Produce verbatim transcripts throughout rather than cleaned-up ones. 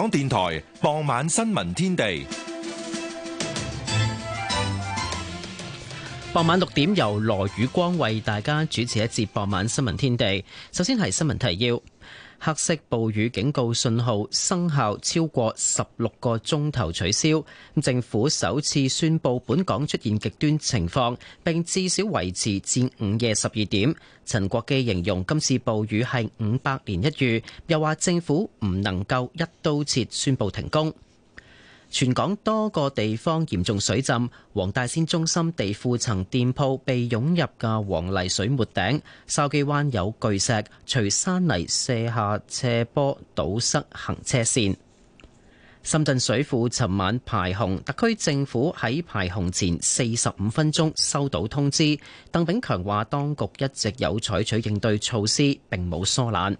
港電台傍晚新聞天地。 傍晚六點由羅宇光為大家主持一節傍晚新聞天地。首先係新聞提要：黑色暴雨警告信號生效超過十六個鐘頭取消。政府首次宣布本港出現極端情況，並至少維持至午夜十二點。陳國基形容今次暴雨係五百年一遇，又話政府唔能夠一刀切宣布停工。全港多個地方嚴重水浸，黃大仙中心地庫層店鋪被湧入嘅黃泥水沒頂，筲箕灣有巨石隨山泥瀉下斜坡堵塞行車線。深圳水庫尋晚排洪，特區政府喺排洪前四十五分鐘收到通知。鄧炳強話當局一直有採取應對措施，並冇疏懶。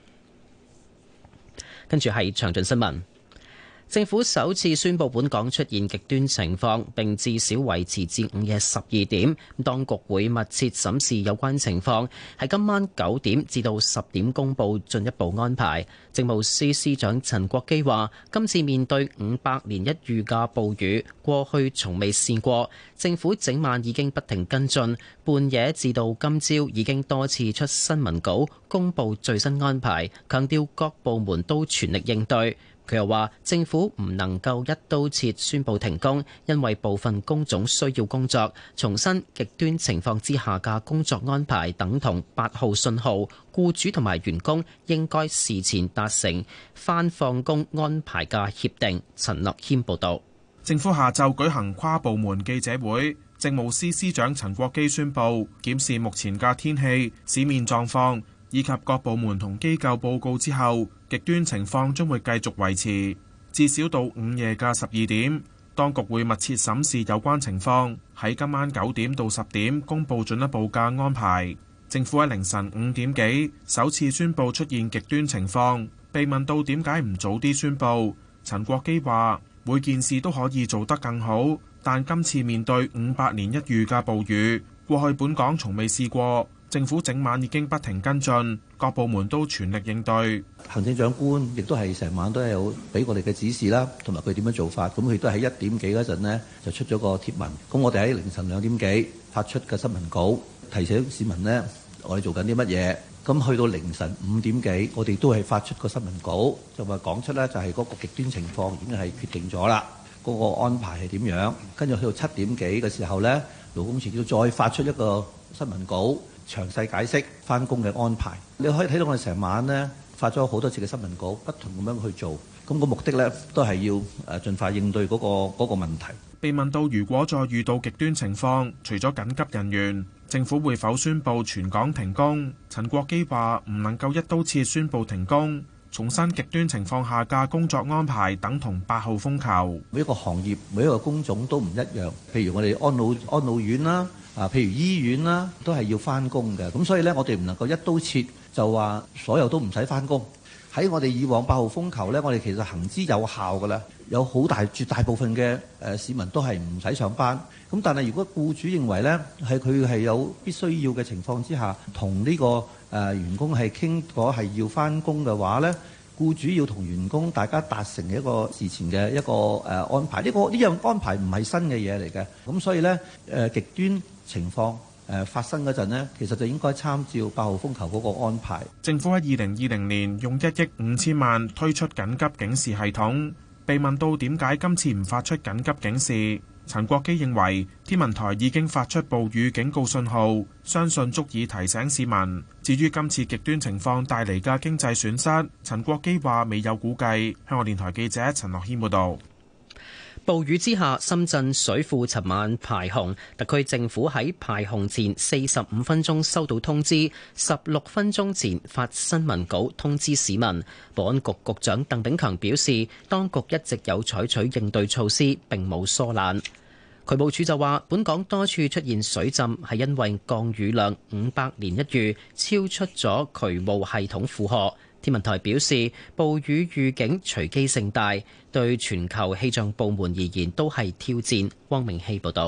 跟住係詳盡新聞。政府首次宣布本港出現極端情況，並至少維持至午夜十二點。當局會密切審視有關情況，喺今晚九點至到十點公佈進一步安排。政務司司長陳國基話：今次面對五百年一遇嘅暴雨，過去從未試過。政府整晚已經不停跟進，半夜至到今朝已經多次出新聞稿公佈最新安排，強調各部門都全力應對。佢又話：政府唔能夠一刀切宣布停工，因為部分工種需要工作。重申極端情況之下嘅工作安排等同八號信號，僱主同埋員工應該事前達成返放工安排嘅協定。陳樂謙報導。 政府下晝舉行跨部門記者會，政務司司長陳國基宣布檢視目前嘅天氣、市面狀況以及各部門同機構報告之後，極端情況將會繼續維持，至少到午夜嘅十二點。當局會密切審視有關情況，喺今晚九點到十點公佈進一步嘅安排。政府喺凌晨五點幾首次宣布出現極端情況，被問到點解唔早啲宣布，陳國基話：每件事都可以做得更好，但今次面對五百年一遇嘅暴雨，過去本港從未試過。政府整晚已經不停跟進，各部門都全力應對。 行政長官亦都係成晚都係有俾我哋嘅指示啦，同埋佢點樣做法。咁佢都喺一點幾嗰陣呢就出咗個貼文。咁我哋喺凌晨兩點幾發出嘅新聞稿，提醒市民呢我哋做緊啲乜嘢。咁去到凌晨五點幾，我哋都係發出個新聞稿，就話講出呢就係嗰個極端情況已經係決定咗啦，嗰個安排係點樣。跟住去到七點幾嘅時候呢，勞工處都再發出一個新聞稿，詳細解釋返工嘅安排。你可以睇到我哋成晚呢發咗好多次嘅新聞稿，不同咁樣去做。咁個目的呢都係要誒盡快應對嗰個嗰個問題。 被問到如果再遇到極端情況，除咗緊急人員，政府會否宣布全港停工？陳國基話唔能夠一刀切宣布停工，重申極端情況下嘅工作安排等同八號風球。 每一個行業每一個工種都唔一樣，譬如我哋安老安老院啦。啊，譬如醫院啦，都係要翻工嘅，咁所以呢，我哋唔能夠一刀切就話所有都唔使翻工。喺我哋以往八號風球呢，我哋其實行之有效㗎啦，有好大絕大部分嘅誒市民都係唔使上班。咁但係如果僱主認為呢係佢係有必須要嘅情況之下，同呢個誒員工係傾咗係要翻工嘅話呢，僱主要同員工大家達成一個事前嘅一個誒安排。呢個呢樣安排唔係新嘅嘢嚟嘅，咁所以呢誒極端情況誒發生嗰陣呢，其實就應該參照八號風球嗰個安排。 政府喺二零二零年用一億五千萬推出緊急警示系統，被問到點解今次唔發出緊急警示，陳國基認為天文台已經發出暴雨警告信號，相信足以提醒市民。至於今次極端情況帶嚟嘅經濟損失，陳國基話未有估計。香港電台記者陳樂軒報導。 暴雨之下，深圳水庫尋晚排洪，特區政府喺排洪前四十五分鐘收到通知，十六分鐘前發新聞稿通知市民。保安局局長鄧炳強表示，當局一直有採取應對措施，並冇疏懶。渠務署就話，本港多處出現水浸係因為降雨量五百年一遇，超出咗渠務系統負荷。天文台表示，暴雨預警隨機性大，對全球氣象部門而言都係挑戰。汪明希報導。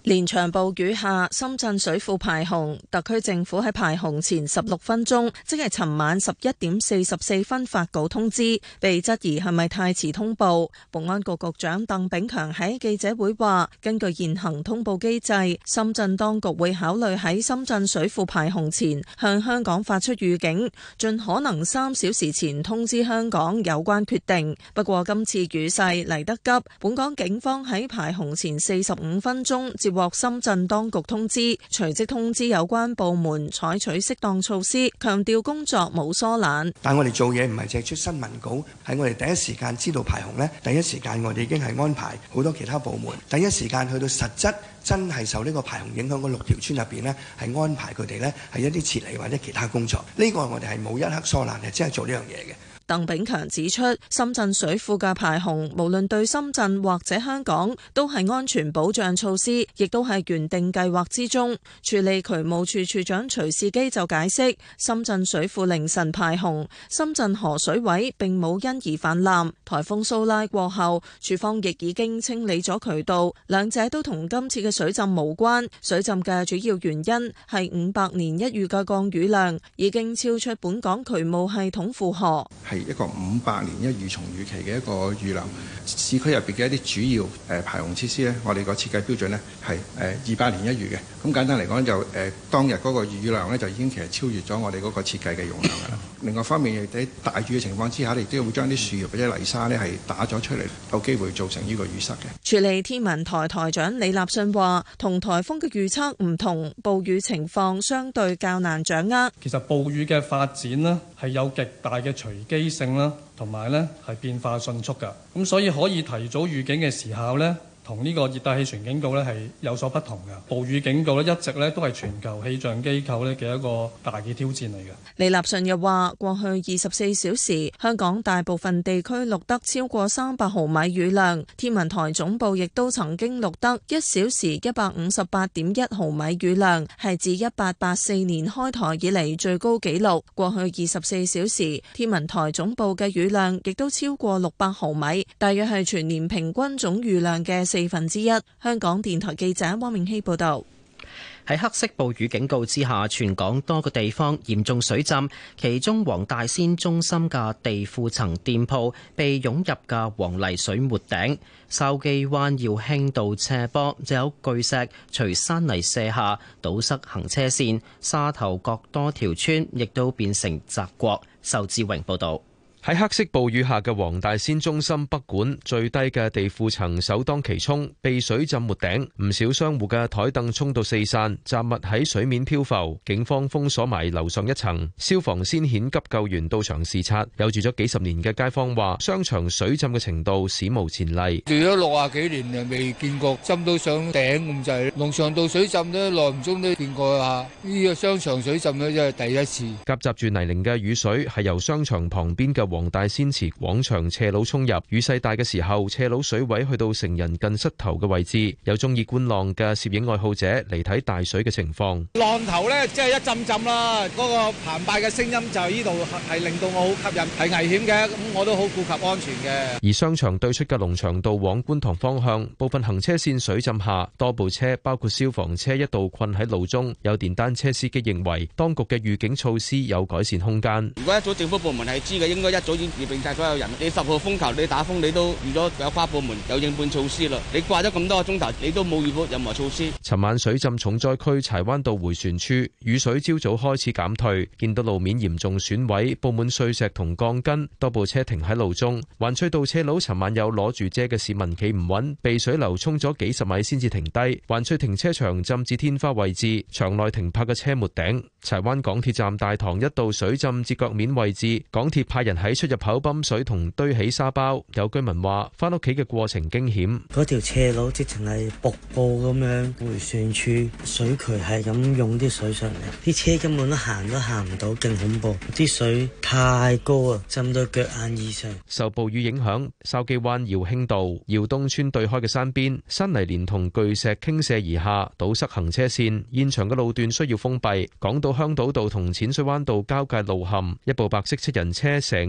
連場暴雨下，深圳水庫排洪，特區政府喺排洪前十六分鐘，即係尋晚十一點四十四分發稿通知，被質疑係咪太遲通報。保安局局長鄧炳強喺記者會話，根據現行通報機制，深圳當局會考慮喺深圳水庫排洪前向香港發出預警，盡可能三小時前通知香港有關決定。不過今次雨勢嚟得急，本港警方喺排洪前四十五分鐘接獲深圳當局通知，隨即通知有關部門採取適當措施，強調工作冇疏懶。 但我哋做嘢唔係淨係出新聞稿，喺我哋第一時間知道排洪呢，第一時間我哋已經係安排好多其他部門，第一時間去到實質真係受呢個排洪影響嗰六條村入邊呢，係安排佢哋呢係一啲撤離或者其他工作。呢個我哋係冇一刻疏懶嘅，只係做呢樣嘢嘅。 鄧炳強指出，深圳水庫嘅排洪，無論對深圳或者香港，都係安全保障措施，亦都係原定計劃之中。處理渠務處處長徐仕基就解釋，深圳水庫凌晨排洪，深圳河水位並冇因而泛濫。颱風蘇拉過後，處方亦已經清理咗渠道，兩者都同今次嘅水浸無關。水浸嘅主要原因係五百年一遇嘅降雨量已經超出本港渠務系統負荷。 一個五百年一遇重雨期嘅一個雨量，市區入邊嘅一啲主要誒排洪設施咧，我哋個設計標準咧係誒二百年一遇嘅。咁簡單嚟講就誒、呃、當日嗰個雨量咧就已經其實超越咗我哋嗰個設計嘅容量㗎啦。另外一方面亦喺大雨嘅情況之下，亦都會將啲樹葉或者泥沙咧係打咗出嚟，有機會造成呢個淤塞嘅。 處理天文台台長李立信話，同颱風嘅預測唔同，暴雨情況相對較難掌握。 其實暴雨嘅發展呢係有極大嘅隨機性啦，同埋呢係變化迅速㗎，咁所以可以提早預警嘅時候呢，同呢個熱帶氣旋警告呢係有所不同嘅。暴雨警告呢一直呢都係全球氣象機構呢嘅一個大嘅挑戰嚟嘅。 李立信又話，過去二十四小時，香港大部分地區錄得超過三百毫米雨量，天文台總部亦都曾經錄得一小時一百五十八點一毫米雨量，係自一八八四年開台以嚟最高紀錄。過去二十四小時，天文台總部嘅雨量亦都超過六百毫米，大約係全年平均總雨量嘅四分之一。香港電台記者汪明希報道。 喺黑色暴雨警告之下，全港多個地方嚴重水浸，其中黃大仙中心嘅地庫層店鋪被湧入嘅黃泥水沒頂，筲箕灣耀興道斜坡就有巨石隨山泥瀉下，堵塞行車線，沙頭角多條村亦都變成澤國。仇志榮報導。 喺黑色暴雨下嘅黃大仙中心北館最低嘅地庫層首當其衝，被水浸沒頂，唔少商戶嘅台凳沖到四散，雜物喺水面漂浮。警方封鎖埋樓上一層，消防先遣急救員到場視察。有住咗幾十年嘅街坊話，商場水浸嘅程度史無前例。 住咗六啊幾年又未見過浸到上頂咁滯，龍翔道水浸都耐唔中都見過啊！呢個商場水浸咧真係第一次。夾雜住泥濘嘅雨水係由商場旁邊嘅黃大仙祠廣場斜路衝入，雨勢大嘅時候，斜路水位去到成人近膝頭嘅位置。有中意觀浪嘅攝影愛好者嚟睇大水嘅情況。 浪頭呢，即係一浸浸啦，嗰個澎湃嘅聲音就呢度係令到我好吸引，係危險嘅，咁我都好顧及安全嘅。 而商場對出嘅龍翔道往觀塘方向，部分行車線水浸下，多部車包括消防車一度困喺路中。有電單車司機認為，當局嘅預警措施有改善空間。 如果一早政府部門係知嘅，應該一早已經預備晒所有人。你十號風球，你打風，你都預咗有跨部門有應變措施啦。你掛咗咁多個鐘頭，你都冇預到任何措施。 尋晚水浸重災區柴灣道迴旋處，雨水朝早開始減退，見到路面嚴重損毀，佈滿碎石同鋼筋，多部車停喺路中。環翠道斜路尋晚有攞住遮嘅市民企唔穩，被水流沖咗幾十米先至停低。環翠停車場浸至天花位置，場內停泊嘅車沒頂。柴灣港鐵站大堂一度水浸至腳面位置，港鐵派人喺出入口泵水同堆起沙包。有居民話翻屋企嘅過程驚險， 嗰條斜路直情係瀑布咁樣，迴旋處水渠係咁湧啲水上嚟，啲車根本都行都行唔到，勁恐怖！啲水太高啊，浸到腳眼以上。 受暴雨影響，筲箕灣耀興道耀東村對開嘅山邊，山泥連同巨石傾瀉而下，堵塞行車線，現場嘅路段需要封閉。港島香島道同淺水灣道交界路陷，一部白色七人車成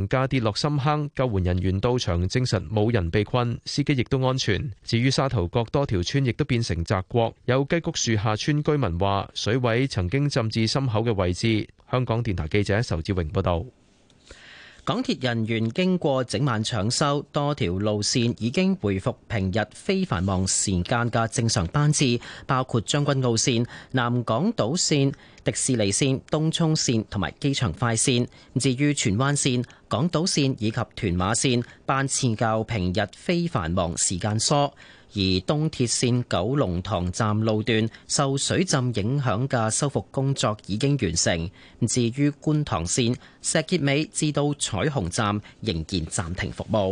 架跌落深坑，救援人員到場證實冇人被困，司機亦都安全。至於沙頭角多條村亦都變成澤國，有雞谷樹下村居民話水位曾經浸至心口嘅位置。香港電台記者仇志榮報道。 港鐵人員經過整晚搶修，多條路線已經回復平日非繁忙時間嘅正常班次，包括將軍澳線、南港島線、迪士尼線、東涌線同埋機場快線。至於荃灣線、港島線以及屯馬線，班次較平日非繁忙時間疏。而東鐵線九龍塘站路段受水浸影響嘅修復工作已經完成。至於觀塘線石硤尾至到彩虹站仍然暫停服務。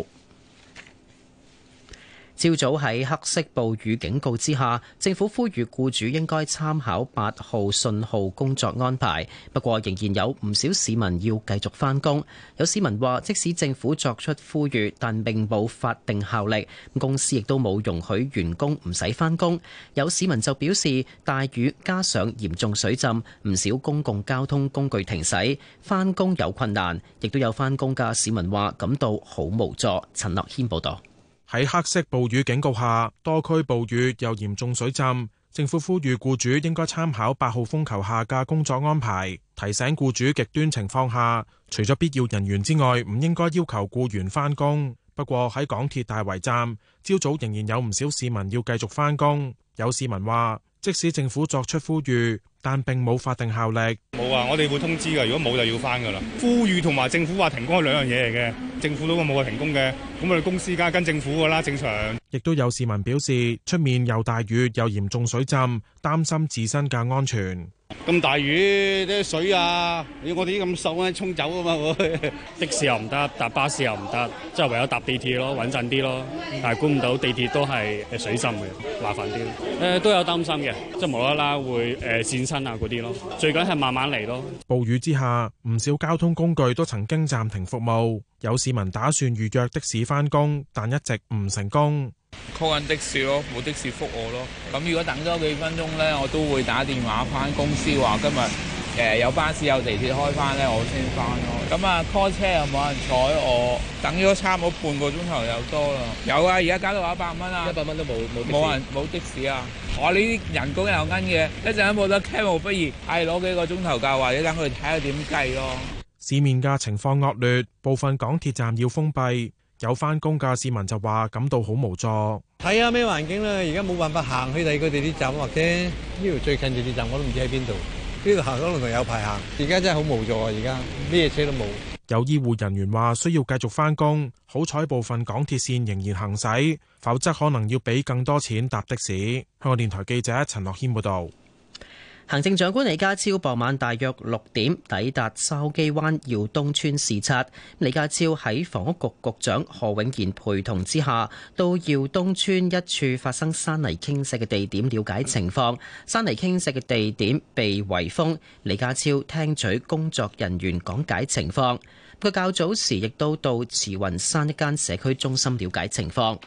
朝早喺黑色暴雨警告之下，政府呼籲僱主應該參考八號信號工作安排。不過仍然有唔少市民要繼續返工。有市民話，即使政府作出呼籲，但並冇法定效力，公司亦都冇容許員工唔使返工。有市民就表示，大雨加上嚴重水浸，唔少公共交通工具停駛，返工有困難。亦都有返工嘅市民話感到好無助。陳樂軒報導。 喺黑色暴雨警告下，多區暴雨又嚴重水浸，政府呼籲僱主應該參考八號風球下嘅工作安排，提醒僱主極端情況下，除咗必要人員之外，唔應該要求僱員返工。不過喺港鐵大圍站，朝早仍然有唔少市民要繼續返工。有市民話，即使政府作出呼籲，但並冇法定效力。 冇啊，我哋會通知㗎，如果冇就要返㗎啦。呼籲同埋政府話停工係兩樣嘢嚟嘅，政府都冇話停工嘅，咁我哋公司梗係跟政府㗎啦，正常。 亦都有市民表示，出面又大雨又嚴重水浸，擔心自身嘅安全。 咁大雨啲水啊，要我哋啲咁瘦咧沖走啊嘛會。 的士又唔得，搭巴士又唔得，即係唯有搭地鐵咯，穩陣啲咯。但係估唔到地鐵都係誒水浸嘅，麻煩啲。誒、呃、都有擔心嘅，即係無啦啦會誒跣親啊嗰啲咯。最緊係慢慢嚟咯。 暴雨之下，唔少交通工具都曾經暫停服務，有市民打算預約的士返工，但一直唔成功。 call 緊的士咯，冇的士覆我咯。咁如果等多幾分鐘呢，我都會打電話翻公司話今日誒、呃、有巴士有地鐵開翻呢，我先翻咯。咁啊 call 車又冇人睬我，等咗差唔多半個鐘頭又多啦。有啊，而家加到一百蚊啊，一百蚊都冇冇冇人冇的士啊。我呢啲人工有奀嘅，一陣冇得傾無不如，係攞幾個鐘頭假，或者等佢哋睇下點計咯。 市面嘅情況惡劣，部分港鐵站要封閉。有返工嘅市民就話感到好無助。 睇下咩環境啦，而家冇辦法行去第二個地鐵站，或者呢條最近地鐵站我都唔知喺邊度。呢度行可能仲有排行。而家真係好無助啊！而家咩車都冇。有醫護人員話需要繼續返工，好彩部分港鐵線仍然行駛，否則可能要俾更多錢搭的士。香港電台記者陳樂軒報導。 行政長官李家超傍晚大約六點抵達筲箕灣耀東村視察。李家超喺房屋局局長何永賢陪同之下，到耀東村一處發生山泥傾瀉嘅地點了解情況。山泥傾瀉嘅地點被圍封，李家超聽取工作人員講解情況。佢較早時亦都到慈雲山一間社區中心了解情況。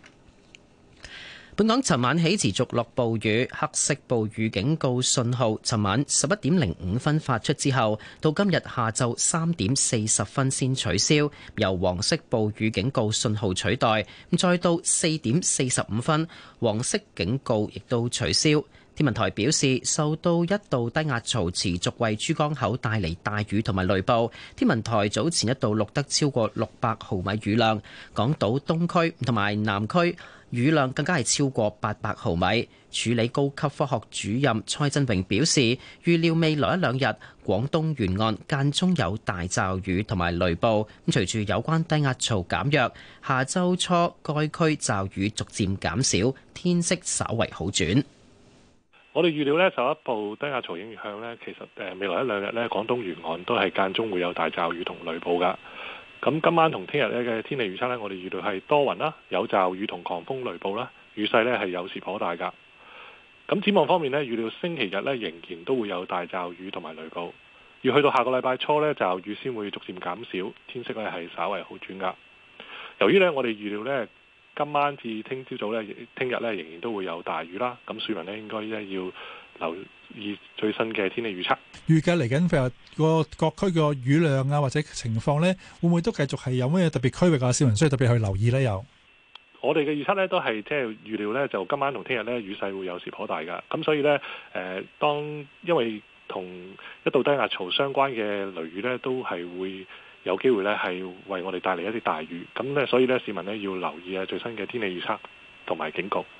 本港尋晚起持續落暴雨，黑色暴雨警告信號尋晚十一點零五分發出之後，到今日下晝三點四十分先取消，由黃色暴雨警告信號取代。再到四點四十五分，黃色警告亦都取消。天文台表示，受到一道低壓槽持續為珠江口帶嚟大雨同埋雷暴，天文台早前一度錄得超過六百毫米雨量，港島東區同埋南區雨量更加係超過八百毫米。署理高級科學主任蔡振榮表示，預料未來一兩日廣東沿岸間中有大驟雨同埋雷暴。咁隨住有關低壓槽減弱，下週初該區驟雨逐漸減少，天色稍為好轉。 我哋預料呢，受一部低壓槽影響呢，其實誒未來一兩日呢，廣東沿岸都係間中會有大驟雨同雷暴㗎。咁今晚同聽日呢嘅天氣預測呢，我哋預料係多雲啦，有驟雨同狂風雷暴啦，雨勢呢係有時頗大㗎。咁展望方面呢，預料星期日呢仍然都會有大驟雨同埋雷暴，要去到下個禮拜初呢，驟雨先會逐漸減少，天色呢係稍為好轉㗎。由於呢，我哋預料呢，今晚至聽朝早咧，聽日咧仍然都會有大雨啦。咁市民咧應該咧要留意最新嘅天氣預測。 預計嚟緊譬如個各區嘅雨量啊或者情況呢，會唔會都繼續係有咩特別區域啊？市民需要特別去留意呢？又我哋嘅預測呢，都係即係預料呢，就今晚同聽日呢，雨勢會有時頗大㗎。咁所以呢，誒、呃、當因為同一道低壓槽相關嘅雷雨呢，都係會有機會呢，係為我哋帶嚟一啲大雨。咁呢，所以呢，市民呢要留意啊最新嘅天氣預測同埋警告。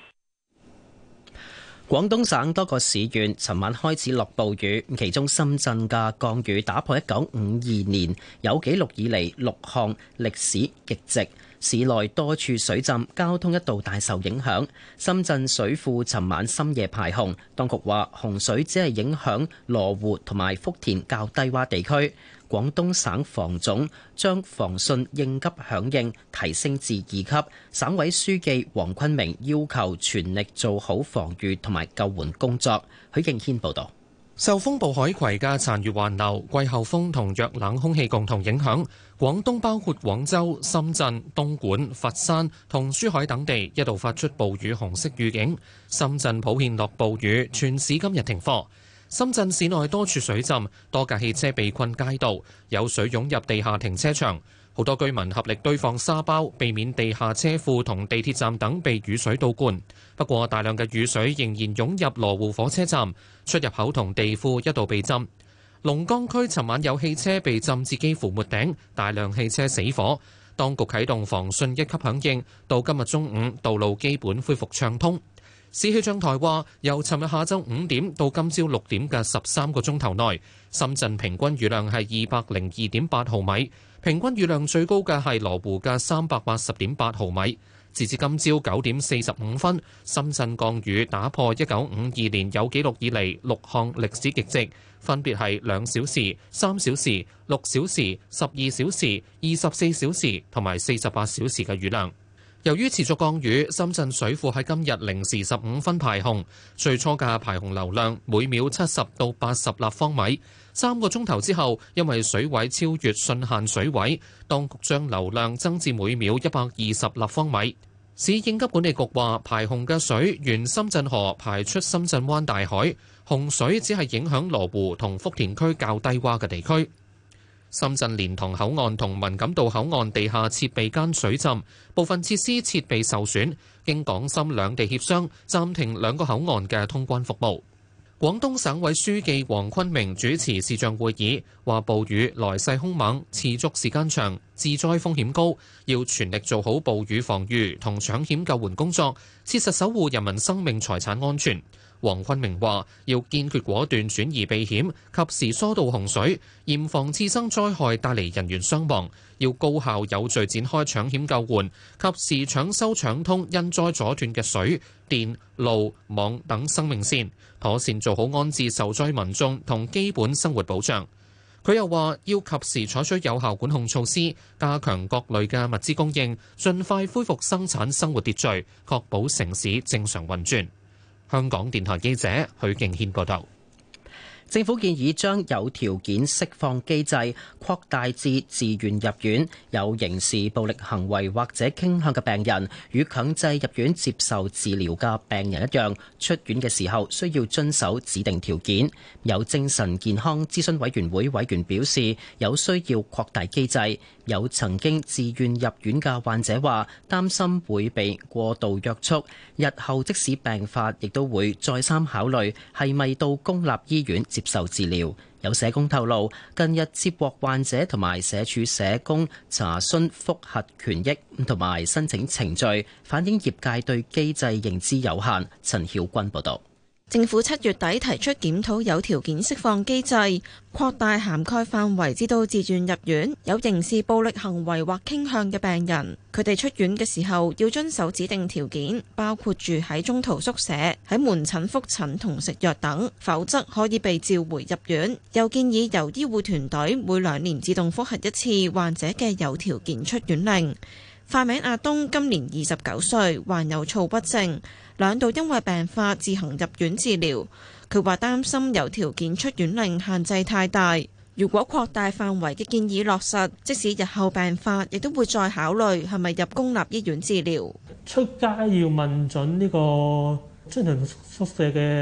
廣東省多個市縣尋晚開始落暴雨，其中深圳嘅降雨打破一九五二年有紀錄以嚟六項歷史極值，市內多處水浸，交通一度大受影響。深圳水庫尋晚深夜排洪，當局話洪水只係影響羅湖同埋福田較低洼地區。廣東省防總將防汛應急響應提升至二級，省委書記黃坤明要求全力做好防禦同埋救援工作。許敬軒報導。 受風暴海葵嘅殘餘環流、季候風同弱冷空氣共同影響，廣東包括廣州、深圳、東莞、佛山同珠海等地一度發出暴雨紅色預警。深圳普遍落暴雨，全市今日停課。深圳市內多處水浸，多架汽車被困街道，有水湧入地下停車場。好多居民合力堆放沙包，避免地下車庫同地鐵站等被雨水倒灌。不過大量嘅雨水仍然湧入羅湖火車站，出入口同地庫一度被浸。龍崗區尋晚有汽車被浸至幾乎沒頂，大量汽車死火。當局啟動防汛一級響應，到今日中午道路基本恢復暢通。市氣象台話，由尋日下晝五點到今朝六點嘅十三個鐘頭內，深圳平均雨量係二百零二點八毫米，平均雨量最高嘅係羅湖嘅三百八十點八毫米。截至今朝九點四十五分，深圳降雨打破一九五二年有紀錄以嚟六項歷史極值，分別係兩小時、三小時、六小時、十二小時、二十四小時同埋四十八小時嘅雨量。由於持續降雨，深圳水庫喺今日零時十五分排洪，最初嘅排洪流量每秒七十到八十立方米。三個鐘頭之後，因為水位超越汛限水位，當局將流量增至每秒一百二十立方米。市應急管理局話，排洪嘅水沿深圳河排出深圳灣大海，洪水只係影響羅湖同福田區較低洼嘅地區。深圳蓮塘口岸同文錦渡口岸地下設備間水浸，部分設施設備受損，經港深兩地協商，暫停兩個口岸嘅通關服務。廣東省委書記黃坤明主持視像會議，話暴雨來勢兇猛，持續時間長，致災風險高，要全力做好暴雨防禦同搶險救援工作，切實守護人民生命財產安全。黃坤明話：要堅決果斷轉移避險，及時疏導洪水，嚴防次生災害帶嚟人員傷亡。要高效有序展開搶險救援，及時搶修搶通因災阻斷嘅水、電、路、網等生命線，妥善做好安置受災民眾同基本生活保障。佢又話：要及時採取有效管控措施，加強各類嘅物資供應，盡快恢復生產生活秩序，確保城市正常運轉。香港電台記者許敬軒報道。 政府建議將有條件釋放機制擴大至自願入院有刑事暴力行為或者傾向嘅病人，與強制入院接受治療嘅病人一樣，出院嘅時候需要遵守指定條件。有精神健康諮詢委員會委員表示，有需要擴大機制。有曾經自願入院嘅患者話，擔心會被過度約束，日後即使病發，亦都會再三考慮係咪到公立醫院接受治療。有社工透露，近日接獲患者同埋社署社工查詢覆核權益同埋申請程序，反映業界對機制認知有限。陳曉君報導。 政府七月底提出檢討有條件釋放機制，擴大涵蓋範圍至到自願入院有刑事暴力行為或傾向嘅病人。佢哋出院嘅時候要遵守指定條件，包括住喺中途宿舍、喺門診覆診同食藥等，否則可以被召回入院。又建議由醫護團隊每兩年自動覆核一次患者嘅有條件出院令。化名阿東今年二十九歲，患有躁鬱症，兩度因為病發自行入院治療。佢話擔心有條件出院令限制太大，如果擴大範圍嘅建議落實，即使日後病發，亦都會再考慮係咪入公立醫院治療。 出街要問準呢個中途宿舍嘅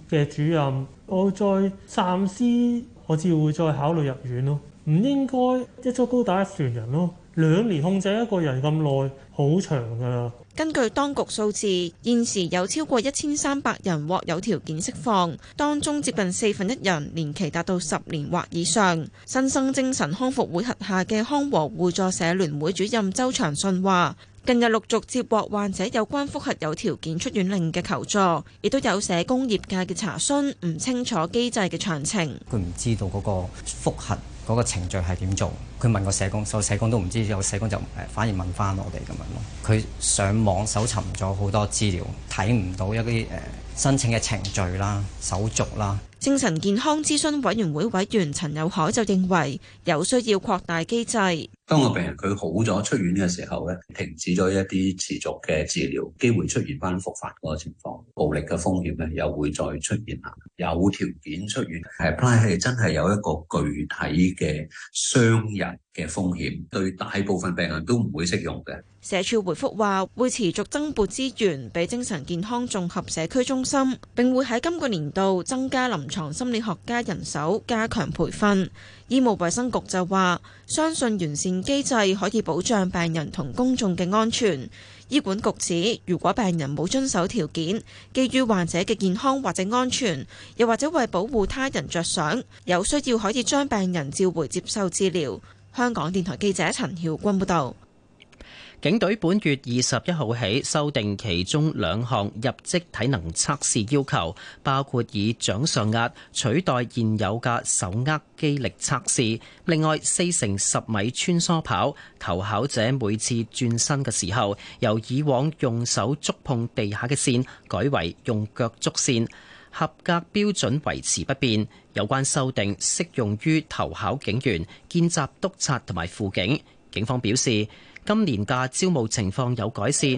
嘅主任，我再暫時我至會再考慮入院咯。唔應該一竹篙打一船人咯，兩年控制一個人咁耐，好長㗎啦。 根據當局數字，現時有超過一千三百人獲有條件釋放，當中接近四分一人年期達到十年或以上。新生精神康復會轄下嘅康和互助社聯會主任周長信話，近日陸續接獲患者有關覆核有條件出院令嘅求助，亦都有社工業界嘅查詢，唔清楚機制嘅詳情。 佢唔知道嗰個覆核嗰個程序係點做，佢問個社工，所有社工都唔知，有社工就誒反而問翻我哋咁樣咯。佢上網搜尋咗好多資料，睇唔到一啲誒申請嘅程序啦、手續啦。 精神健康諮詢委員會委員陳友凱就認為有需要擴大機制。 當個病人佢好咗出院嘅時候咧，停止咗一啲持續嘅治療，機會出現翻復發嗰個情況，暴力嘅風險咧又會再出現啦。有條件出院係 apply 係真係有一個具體嘅傷人嘅風險，對大部分病人都唔會適用嘅。 社署回覆話會持續增撥資源俾精神健康綜合社區中心，並會喺今個年度增加臨床心理學家人手，加強培訓。醫務衛生局就話相信完善機制可以保障病人同公眾嘅安全。醫管局指，如果病人冇遵守條件，基於患者嘅健康或者安全，又或者為保護他人着想，有需要可以將病人召回接受治療。香港電台記者陳曉君報導。 警隊本月二十一號起修訂其中兩項入職體能測試要求，包括以掌上壓取代現有嘅手握肌力測試。另外，四乘十米穿梭跑，投考者每次轉身嘅時候，由以往用手觸碰地下嘅線，改為用腳觸線。合格標準維持不變。有關修訂適用於投考警員、見習督察同埋輔警。警方表示，今年嘅招募情況有改善。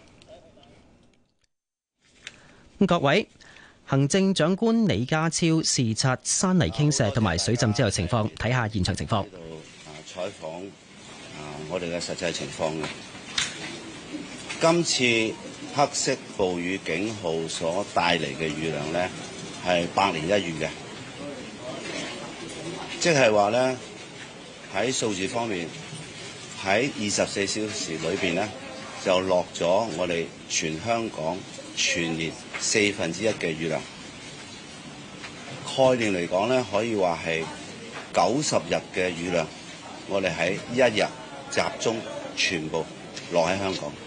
各位，行政長官李家超視察山泥傾瀉同埋水浸之後情況，睇下現場情況。 採訪啊，我哋嘅實際情況嘅。今次黑色暴雨警號所帶嚟嘅雨量呢，係百年一遇嘅，即係話呢，喺數字方面。喺二十四小時裏邊呢，就落咗我哋全香港全年四分之一嘅雨量。概念嚟講呢，可以話係九十日嘅雨量，我哋喺一日集中全部落喺香港。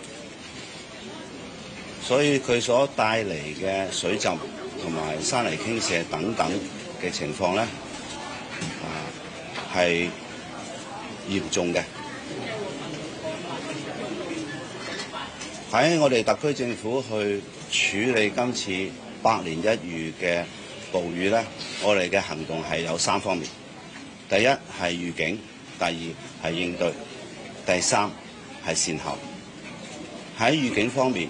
所以佢所帶嚟嘅水浸同埋山泥傾瀉等等嘅情況呢，啊係嚴重嘅。喺我哋特區政府去處理今次百年一遇嘅暴雨呢，我哋嘅行動係有三方面。第一係預警，第二係應對，第三係善後。喺預警方面，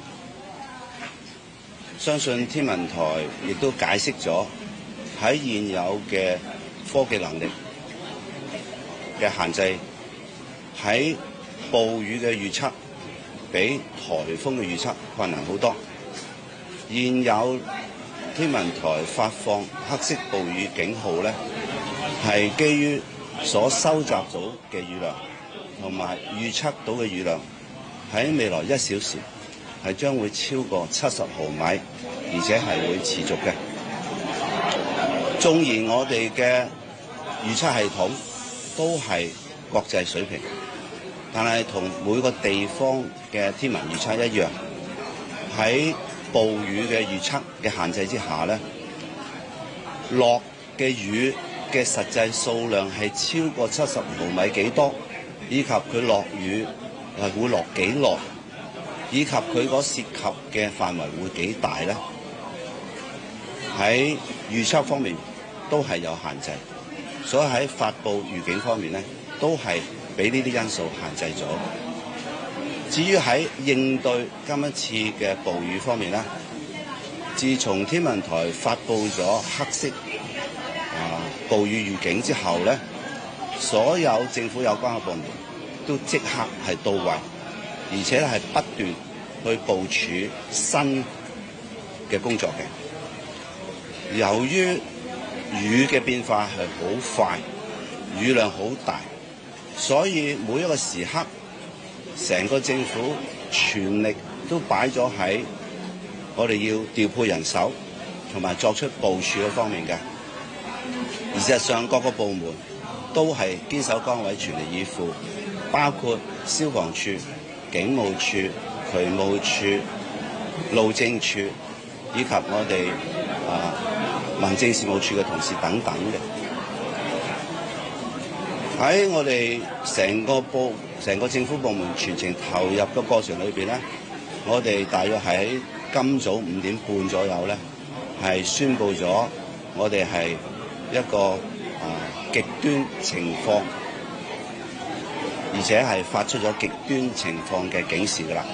相信天文台亦都解釋咗喺現有嘅科技能力嘅限制，喺暴雨嘅預測比颱風嘅預測困難好多。現有天文台發放黑色暴雨警號呢，係基於所收集到嘅雨量同埋預測到嘅雨量，喺未來一小時係將會超過七十毫米，而且係會持續嘅。縱然我哋嘅預測系統都係國際水平，但係同每個地方嘅天文預測一樣，喺暴雨嘅預測嘅限制之下呢，落嘅雨嘅實際數量係超過七十毫米幾多，以及佢落雨係會落幾耐，以及佢嗰涉及嘅範圍會幾大呢，喺預測方面都係有限制，所以喺發布預警方面呢，都係俾呢啲因素限制咗。至於喺應對今一次嘅暴雨方面呢，自從天文台發布咗黑色啊暴雨預警之後呢，所有政府有關嘅部門都即刻係到位，而且係不斷去部署新嘅工作嘅。 由於雨嘅變化係好快，雨量好大，所以每一個時刻，成個政府全力都擺咗喺我哋要調配人手同埋作出部署嘅方面嘅。而事實上，各個部門都係堅守崗位，全力以赴，包括消防處、警務處、渠務處、路政處以及我哋啊民政事務處嘅同事等等嘅。喺我哋成個部、成個政府部門全程投入嘅過程裏邊咧，我哋大約喺今早五點半左右咧，係宣布咗我哋係一個啊極端情況，而且係發出咗極端情況嘅警示㗎啦。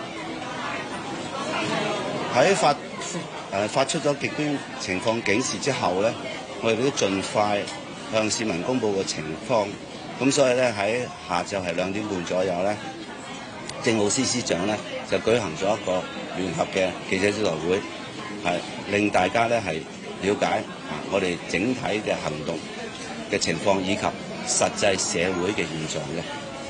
喺發誒、呃、發出咗極端情況警示之後咧，我哋都盡快向市民公佈個情況。咁所以咧喺下晝係兩點半左右咧，政務司司長咧就舉行咗一個聯合嘅記者招待會，係令大家咧係了解啊我哋整體嘅行動嘅情況以及實際社會嘅現狀嘅。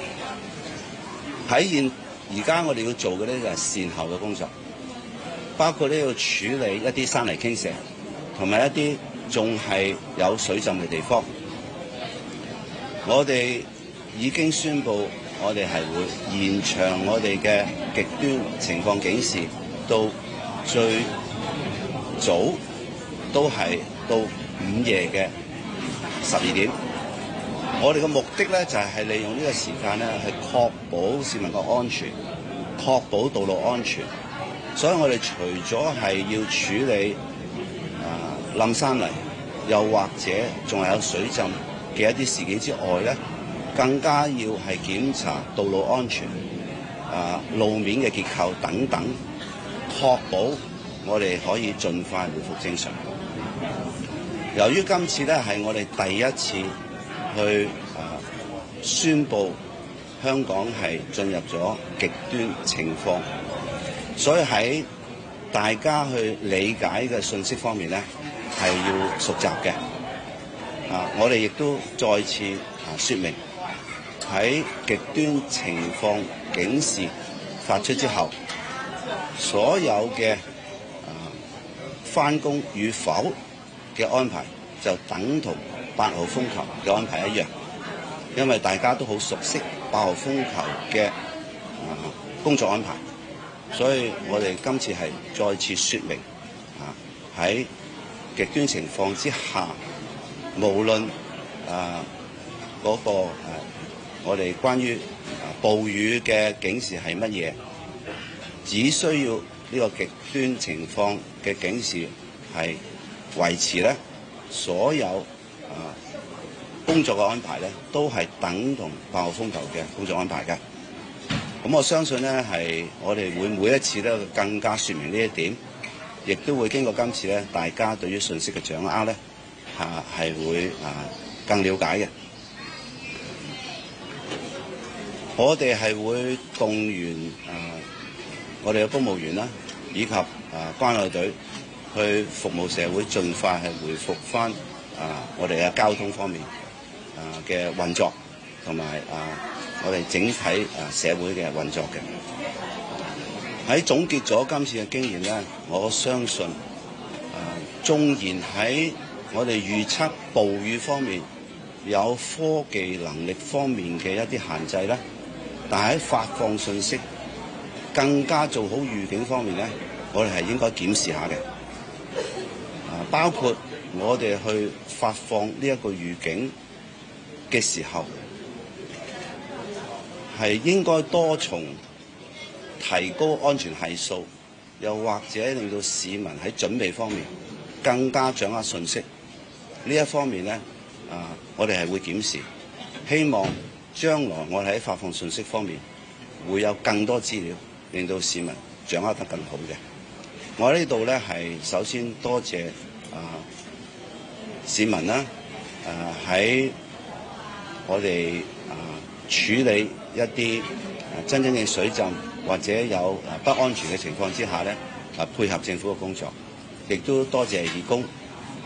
喺現而家我哋要做嘅呢就係善後嘅工作，包括呢要處理一啲山泥傾瀉同埋一啲仲係有水浸嘅地方。我哋已經宣布，我哋係會延長我哋嘅極端情況警示到最早都係到午夜嘅十二點。我哋嘅目的咧就係利用呢個時間咧，係確保市民嘅安全，確保道路安全。所以我哋除咗係要處理啊冧山泥，又或者仲係有水浸嘅一啲事件之外咧，更加要係檢查道路安全、啊路面嘅結構等等，確保我哋可以盡快回復正常。由於今次咧係我哋第一次去啊宣布香港係進入咗極端情況，所以喺大家去理解嘅信息方面咧係要熟習嘅。啊！我哋亦都再次啊説明，喺極端情況警示發出之後，所有嘅啊返工與否嘅安排就等同八號風球嘅安排一樣，因為大家都好熟悉八號風球嘅啊工作安排，所以我哋今次係再次説明啊喺極端情況之下。無論啊嗰、那個、啊、我哋關於、啊、暴雨嘅警示係乜嘢，只需要呢個極端情況嘅警示係維持咧，所有啊工作嘅安排咧都係等同八號風球嘅工作安排嘅。咁我相信咧係我哋會每一次都更加説明呢一點，亦都會經過今次咧大家對於信息嘅掌握咧。啊，係會啊更了解嘅。我哋係會動員啊，我哋嘅公務員啦，以及啊關愛隊去服務社會，盡快係回復翻啊我哋嘅交通方面啊嘅運作，同埋啊我哋整體啊社會嘅運作嘅。喺總結咗今次嘅經驗咧，我相信啊，縱然喺我哋預測暴雨方面有科技能力方面嘅一啲限制咧，但係喺發放信息更加做好預警方面咧，我哋係應該檢視下嘅。啊，包括我哋去發放呢一個預警嘅時候，係應該多從提高安全係數，又或者令到市民喺準備方面更加掌握信息。呢一方面咧，啊，我哋係會檢視，希望將來我哋喺發放信息方面會有更多資料，令到市民掌握得更好嘅。我喺呢度咧係首先多謝啊市民啦，啊喺我哋啊處理一啲真正嘅水浸或者有不安全嘅情況之下咧，啊配合政府嘅工作，亦都多謝義工。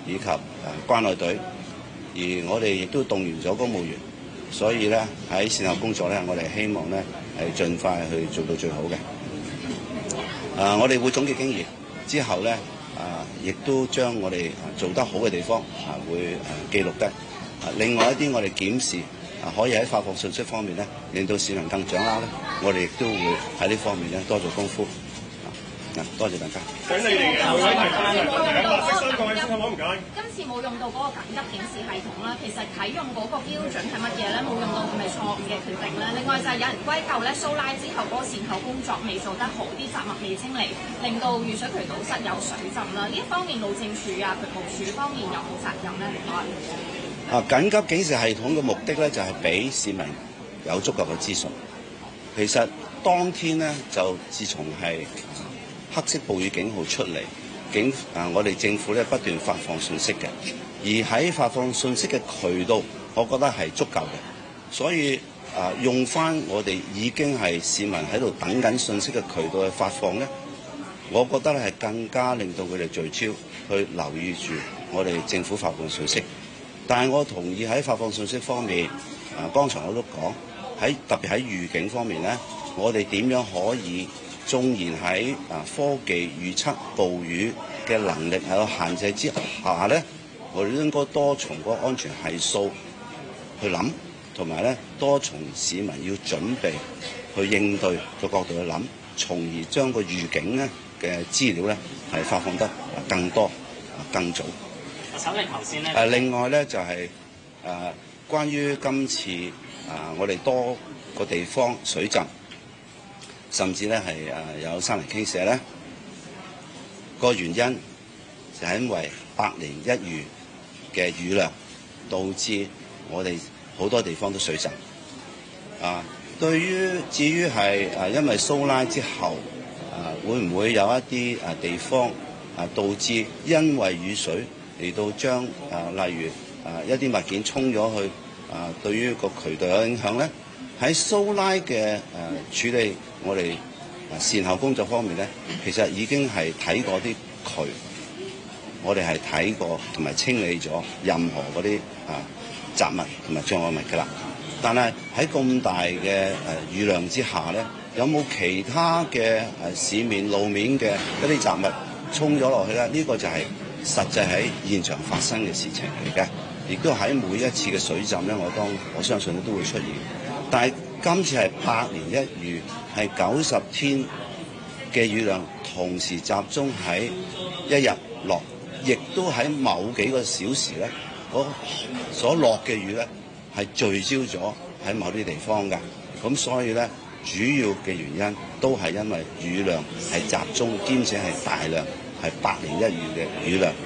以及誒關愛隊，而我哋亦都動員咗公務員，所以咧喺善後工作咧，我哋希望咧係盡快去做到最好嘅。誒、啊，我哋會總結經驗之後咧，啊，亦都將我哋做得好嘅地方啊，會誒記錄低。啊，另外一啲我哋檢視啊，可以喺發放信息方面咧，令到市民更掌握咧，我哋亦都會喺呢方面咧多做功夫。啊，多謝大家。 請你哋嘅每位提翻嚟，白色衫各位先，好唔好？唔該。 今次冇用到嗰個緊急警示系統啦，其實啟用嗰個標準係乜嘢咧？冇用到係咪錯誤嘅決定咧？另外就係有人歸咎咧，蘇拉之後嗰個善後工作未做得好，啲雜物未清理，令到雨水渠堵塞有水浸啦。呢一方面路政署啊、渠務署方面有冇責任咧？唔該。 啊，緊急警示系統嘅目的咧，就係俾市民有足夠嘅資訊。其實當天咧，就自從係黑色暴雨警號出嚟，警啊，我哋政府咧不斷發放信息嘅，而喺發放信息嘅渠道，我覺得係足夠嘅，所以啊，用翻我哋已經係市民喺度等緊信息嘅渠道去發放咧，我覺得咧係更加令到佢哋聚焦去留意住我哋政府發放信息。但係我同意喺發放信息方面，啊，剛才我都講喺特別喺預警方面咧，我哋點樣可以？縱然喺啊科技預測暴雨嘅能力喺個限制之下咧，我哋應該多從個安全係數去諗，同埋咧多從市民要準備去應對嘅角度去諗，從而將個預警咧嘅資料咧係發放得更多、更早。 首領頭先咧。 誒，另外咧就係、是、誒關於今次啊，我哋多個地方水浸。甚至咧係誒有山泥傾瀉咧，個原因就係因為百年一遇嘅雨量，導致我哋好多地方都水浸。啊，對於至於係誒因為蘇拉之後，啊會唔會有一啲誒地方啊導致因為雨水嚟到將誒例如誒一啲物件沖咗去啊，對於個渠道有影響咧？喺蘇拉嘅誒處理，我哋善後工作方面咧，其實已經係睇過啲渠，我哋係睇過同埋清理咗任何嗰啲啊雜物同埋障礙物㗎啦。但係喺咁大嘅誒雨量之下咧，有冇其他嘅誒市面路面嘅一啲雜物沖咗落去咧？呢個就係實際喺現場發生嘅事情嚟嘅，亦都喺每一次嘅水浸咧，我當我相信都會出現。但係今次係百年一遇，係九十天嘅雨量同時集中喺一日落，亦都喺某幾個小時咧，嗰所落嘅雨咧係聚焦咗喺某啲地方㗎。咁所以咧，主要嘅原因都係因為雨量係集中，兼且係大量，係百年一遇嘅雨量。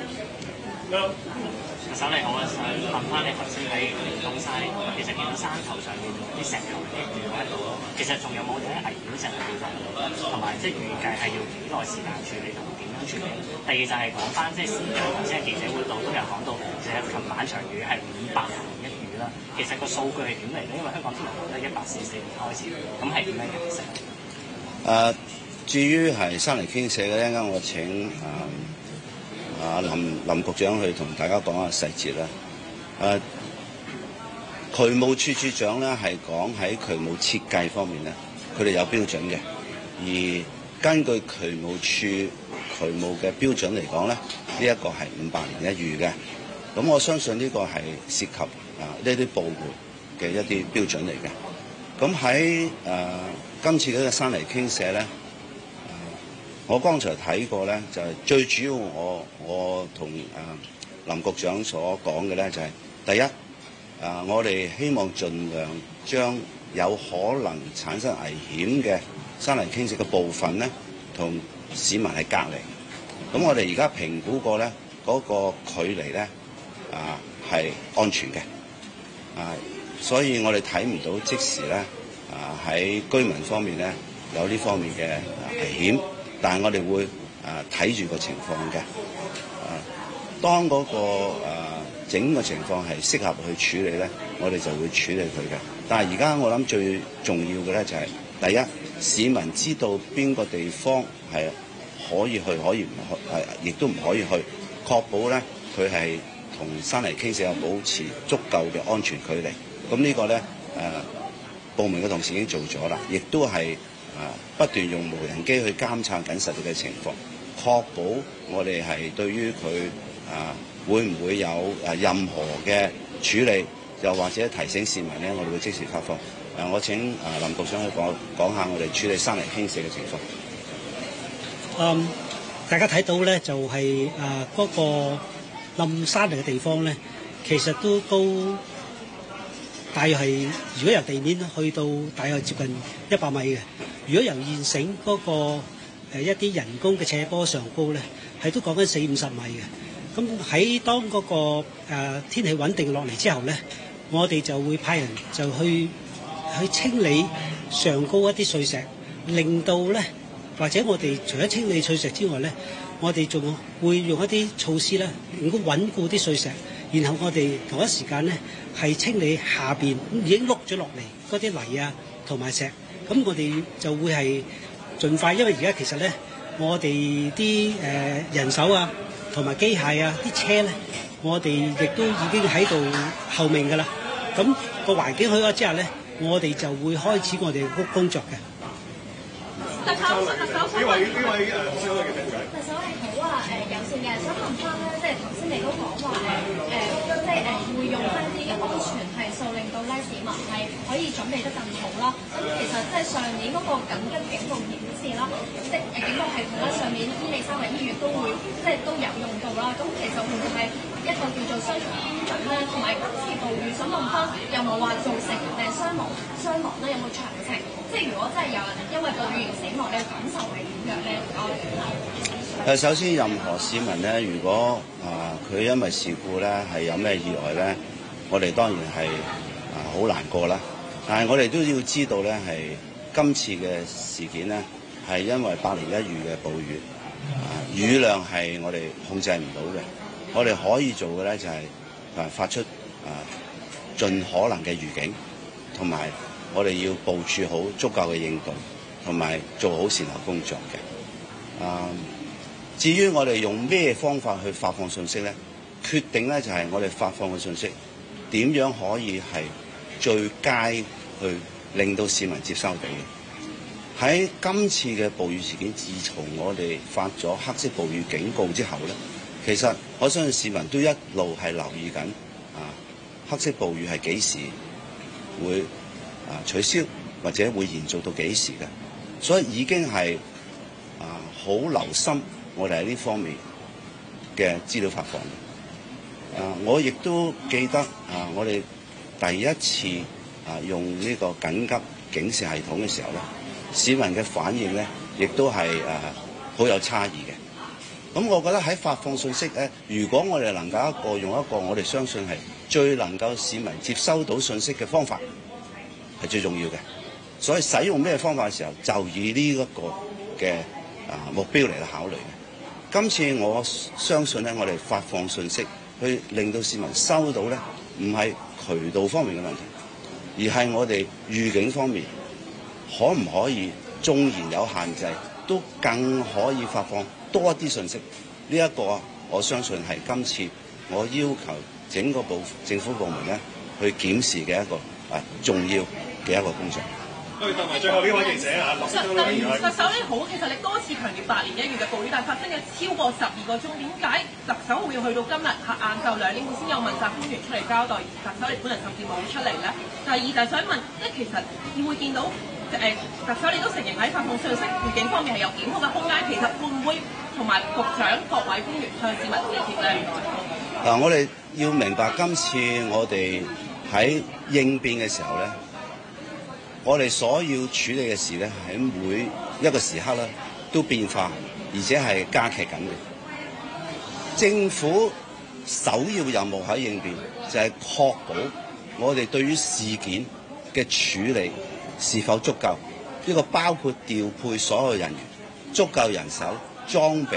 首領，我想問翻你頭先喺東山，其實見到山頭上面啲石頭啲雨喺度，其實仲有冇啲危險性嘅地方？同埋即係預計係要幾耐時間處理同點樣處理？第二就係講翻即係時間，頭先喺記者會度都有講到，其實琴晚場雨係五百毫一雨啦。其實個數據係點嚟咧？因為香港天文台都一八四四年開始，咁係點樣形成？ 誒、呃，至於係山泥傾瀉嘅咧，啱我請誒。呃啊林林局長去同大家講下細節啦。誒、啊，渠務處處長咧係講喺渠務設計方面咧，佢哋有標準嘅。而根據渠務處渠務嘅標準嚟講咧，呢、這、一個係五百年一遇嘅。咁我相信呢個係涉及啊呢啲部門嘅一啲標準嚟嘅。咁喺誒今次嗰個山泥傾瀉咧。我剛才睇過咧，就係、是、最主要我我同誒、呃、林局長所講嘅咧，就係、是、第一，誒、呃、我哋希望盡量將有可能產生危險嘅山泥傾瀉嘅部分咧，同市民係隔離。咁我哋而家評估過咧，嗰、那個距離咧，啊、呃、係安全嘅，啊、呃，所以我哋睇唔到即時咧，啊、呃、喺居民方面咧有呢方面嘅危險。但係我哋會誒睇住個情況嘅，誒、呃、當嗰、那個、呃、整個情況係適合去處理咧，我哋就會處理佢嘅。但係而家我諗最重要嘅咧就係、是、第一，市民知道邊個地方係可以去，可以唔去，係亦都唔可以去，確保咧佢係同山泥傾瀉有保持足夠嘅安全距離。咁呢個咧誒、呃、部門嘅同事已經做咗啦，亦都係誒、呃、不斷用無人機去監察緊實際嘅情況，確保我哋係對於佢誒、呃、會唔會有誒任何嘅處理，又或者提醒市民咧，我哋會即時發放。誒、呃，我請誒林局長去講講下我哋處理山泥傾瀉嘅情況。 嗯，大家睇到咧，就係誒嗰個冧山泥嘅地方咧，其實都高，大約係如果由地面去到大約接近一百米嘅。如果由現成嗰個誒一啲人工嘅斜坡上高咧，係都講緊四五十米嘅。咁喺當嗰個誒天氣穩定落嚟之後咧，我哋就會派人就去去清理上高一啲碎石，令到咧。或者我哋除咗清理碎石之外咧，我哋仲會用一啲措施咧，如果穩固啲碎石，然後我哋同一時間咧係清理下邊已經碌咗落嚟嗰啲泥啊同埋石，咁我哋就會係盡快，因為而家其實咧我哋啲誒人手啊同埋機械啊啲車咧，我哋亦都已經喺度候命㗎啦。咁個環境許可之下咧，我哋就會開始我哋嘅工作嘅。 特首，特首， 呢位呢位誒，先生嘅聽眾。 特首係好啊，誒友善嘅，想問翻咧，即係頭先你都講話誒誒，即係誒會用翻啲嘅安全係數，令到咧市民係可以準備得更好啦。咁其實即係上年嗰個緊急警報顯示啦，即係誒警報系統啦，上年伊利沙伯醫院都會即係都有用到啦。咁其實會唔會係一個叫做雙重標準咧？同埋今次暴雨，想問翻有冇話造成誒傷亡傷亡咧？有冇詳情？即係如果真係有人因為暴雨而死亡，你嘅感受係點樣咧？ 誒，首先任何市民咧，如果啊佢、呃、因為事故咧係有咩意外咧，我哋當然係啊好難過啦。但係我哋都要知道咧，係今次嘅事件咧係因為百年一遇嘅暴雨，啊、呃、雨量係我哋控制唔到嘅。我哋可以做嘅咧就係、是、啊發出啊、呃、盡可能嘅預警，同埋我哋要部署好足夠嘅應對，同埋做好善後工作嘅。啊、呃，至於我哋用咩方法去發放信息咧，決定咧就係、是、我哋發放嘅信息點樣可以係最佳去令到市民接收到嘅。喺今次嘅暴雨事件，自從我哋發咗黑色暴雨警告之後咧，其實我相信市民都一路係留意緊啊，黑色暴雨係幾時會啊取消，或者會延續到幾時嘅，所以已經係啊好留心我哋喺呢方面嘅資料發放。啊，我亦都記得啊，我哋第一次啊用呢個緊急警示系統嘅時候咧，市民嘅反應咧，亦都係誒好有差異嘅。咁我覺得喺發放信息咧，如果我哋能夠一個用一個我哋相信係最能夠市民接收到信息嘅方法，係最重要嘅。所以使用咩方法嘅時候，就以呢一個嘅啊目標嚟到考慮嘅。今次我相信咧，我哋發放信息去令到市民收到咧，唔係渠道方面嘅問題，而係我哋預警方面可唔可以縱然有限制，都更可以發放多一啲信息。呢一個我相信係今次我要求整個部政府部門咧去檢視嘅一個啊重要嘅一個工作。 不如同埋最後呢位記者啊，特首特首你好，其實你多次強調百年一遇嘅暴雨，但係發生咗超過十二個鐘，點解特首會要去到今日下晏晝兩點半先有問責官員出嚟交代，特首你本人甚至冇出嚟咧？第二就係想問，即係其實你會見到誒、呃、特首你都承認喺發放信息預警方面係有檢控嘅空間，其實會唔會同埋局長各位官員向市民致歉咧？ 嗱、啊，我哋要明白今次我哋喺應變嘅時候咧，我哋所要處理嘅事咧，喺每一個時刻咧都變化，而且係加劇緊嘅。政府首要任務喺應變就係確保我哋對於事件嘅處理是否足夠，呢個包括調配所有人員、足夠人手、裝備。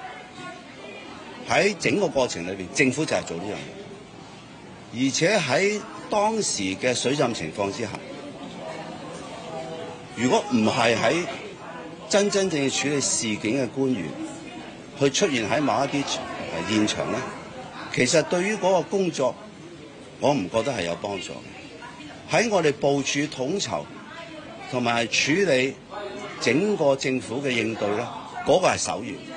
喺整個過程裏邊，政府就係做呢樣嘢，而且喺當時嘅水浸情況之下，如果唔係喺真真正正處理事件嘅官員去出現喺某一啲現場咧， 其實對於嗰個工作，我唔覺得係有幫助。喺我哋部署統籌同埋處理整個政府嘅應對咧，嗰個係首要。